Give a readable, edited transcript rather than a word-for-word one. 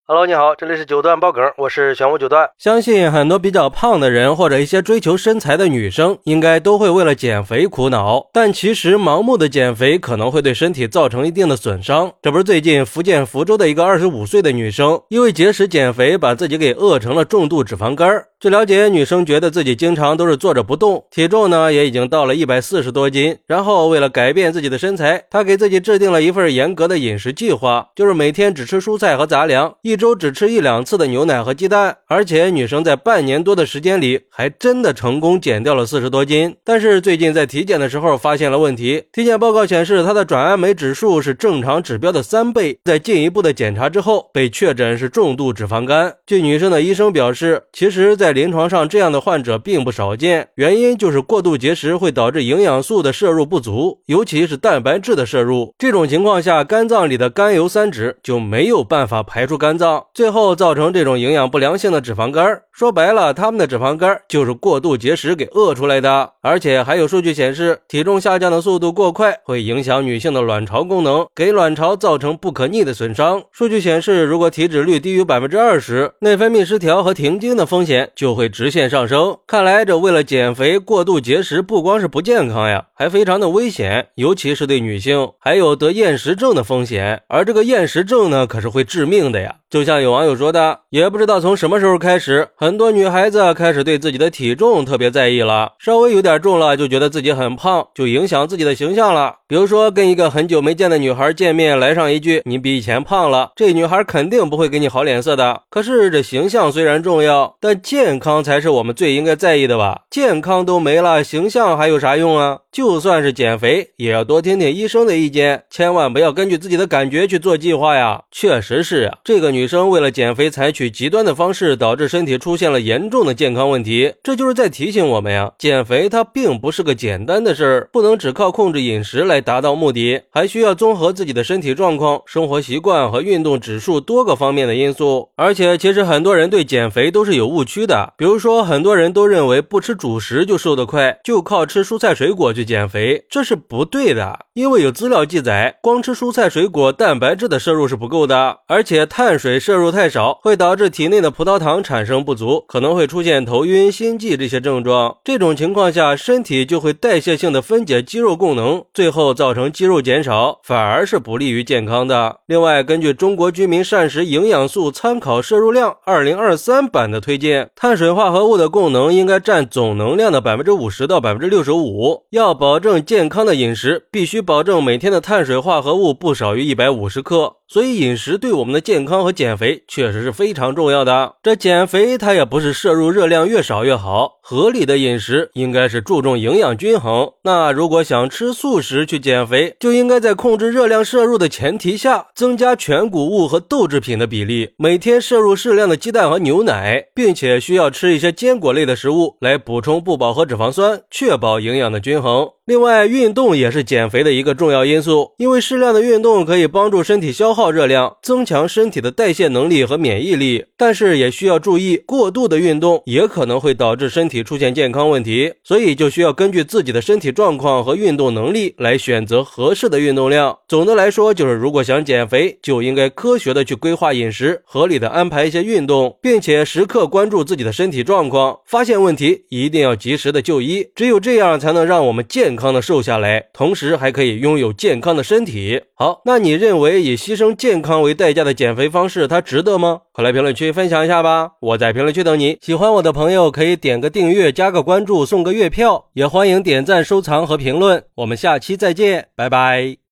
Hello， 你好，这里是九段爆梗，我是玄武九段。 相信很多比较胖的人或者一些追求身材的女生，应该都会为了减肥苦恼。但其实盲目的减肥可能会对身体造成一定的损伤。这不是最近福建福州的一个25岁的女生，因为节食减肥，把自己给饿成了重度脂肪肝。据了解，女生觉得自己经常都是坐着不动，体重呢也已经到了140多斤。然后为了改变自己的身材，她给自己制定了一份严格的饮食计划，就是每天只吃蔬菜和杂粮，一周只吃1-2次的牛奶和鸡蛋。而且女生在半年多的时间里，还真的成功减掉了40多斤。但是最近在体检的时候发现了问题，体检报告显示她的转氨酶指数是正常指标的3倍，在进一步的检查之后，被确诊是重度脂肪肝。据女生的医生表示，其实在临床上这样的患者并不少见，原因就是过度节食会导致营养素的摄入不足，尤其是蛋白质的摄入。这种情况下，肝脏里的甘油三酯就没有办法排出肝脏，最后造成这种营养不良性的脂肪肝。说白了，他们的脂肪肝就是过度节食给饿出来的。而且还有数据显示，体重下降的速度过快会影响女性的卵巢功能，给卵巢造成不可逆的损伤。数据显示，如果体脂率低于 20%， 内分泌失调和停经的风险就会直线上升。看来这为了减肥过度节食不光是不健康呀，还非常的危险，尤其是对女性，还有得厌食症的风险。而这个厌食症呢，可是会致命的呀。就像有网友说的，也不知道从什么时候开始，很多女孩子开始对自己的体重特别在意了，稍微有点重了就觉得自己很胖，就影响自己的形象了。比如说跟一个很久没见的女孩见面，来上一句你比以前胖了，这女孩肯定不会给你好脸色的。可是这形象虽然重要，但健康才是我们最应该在意的吧。健康都没了，形象还有啥用啊？就算是减肥，也要多听听医生的意见，千万不要根据自己的感觉去做计划呀。确实是啊，这个女生为了减肥采取极端的方式，导致身体出现了严重的健康问题。这就是在提醒我们呀，减肥它并不是个简单的事儿，不能只靠控制饮食来达到目的，还需要综合自己的身体状况、生活习惯和运动指数多个方面的因素。而且其实很多人对减肥都是有误区的，比如说很多人都认为不吃主食就瘦得快，就靠吃蔬菜水果去减肥，这是不对的。因为有资料记载，光吃蔬菜水果蛋白质的摄入是不够的，而且碳水摄入太少会导致体内的葡萄糖产生不足，可能会出现头晕、心悸这些症状。这种情况下，身体就会代谢性的分解肌肉功能，最后造成肌肉减少，反而是不利于健康的。另外，根据中国居民膳食营养素参考摄入量2023版的推荐，碳水化合物的供能应该占总能量的 50% 到 65%。要保证健康的饮食，必须保证每天的碳水化合物不少于150克。所以饮食对我们的健康和减肥确实是非常重要的。这减肥它也不是摄入热量越少越好，合理的饮食应该是注重营养均衡。那如果想吃素食去减肥，就应该在控制热量摄入的前提下，增加全谷物和豆制品的比例，每天摄入适量的鸡蛋和牛奶，并且需要吃一些坚果类的食物来补充不饱和脂肪酸，确保营养的均衡。另外，运动也是减肥的一个重要因素，因为适量的运动可以帮助身体消耗热量，增强身体的代谢能力和免疫力。但是也需要注意，过度的运动也可能会导致身体出现健康问题，所以就需要根据自己的身体状况和运动能力来选择合适的运动量。总的来说，就是如果想减肥，就应该科学的去规划饮食，合理的安排一些运动，并且时刻关注自己的身体状况，发现问题一定要及时的就医，只有这样才能让我们健康的瘦下来，同时还可以拥有健康的身体。好，那你认为以牺牲健康为代价的减肥方式它值得吗？快来评论区分享一下吧，我在评论区等你。喜欢我的朋友可以点个订阅，加个关注，送个月票，也欢迎点赞、收藏和评论。我们下期再见，拜拜。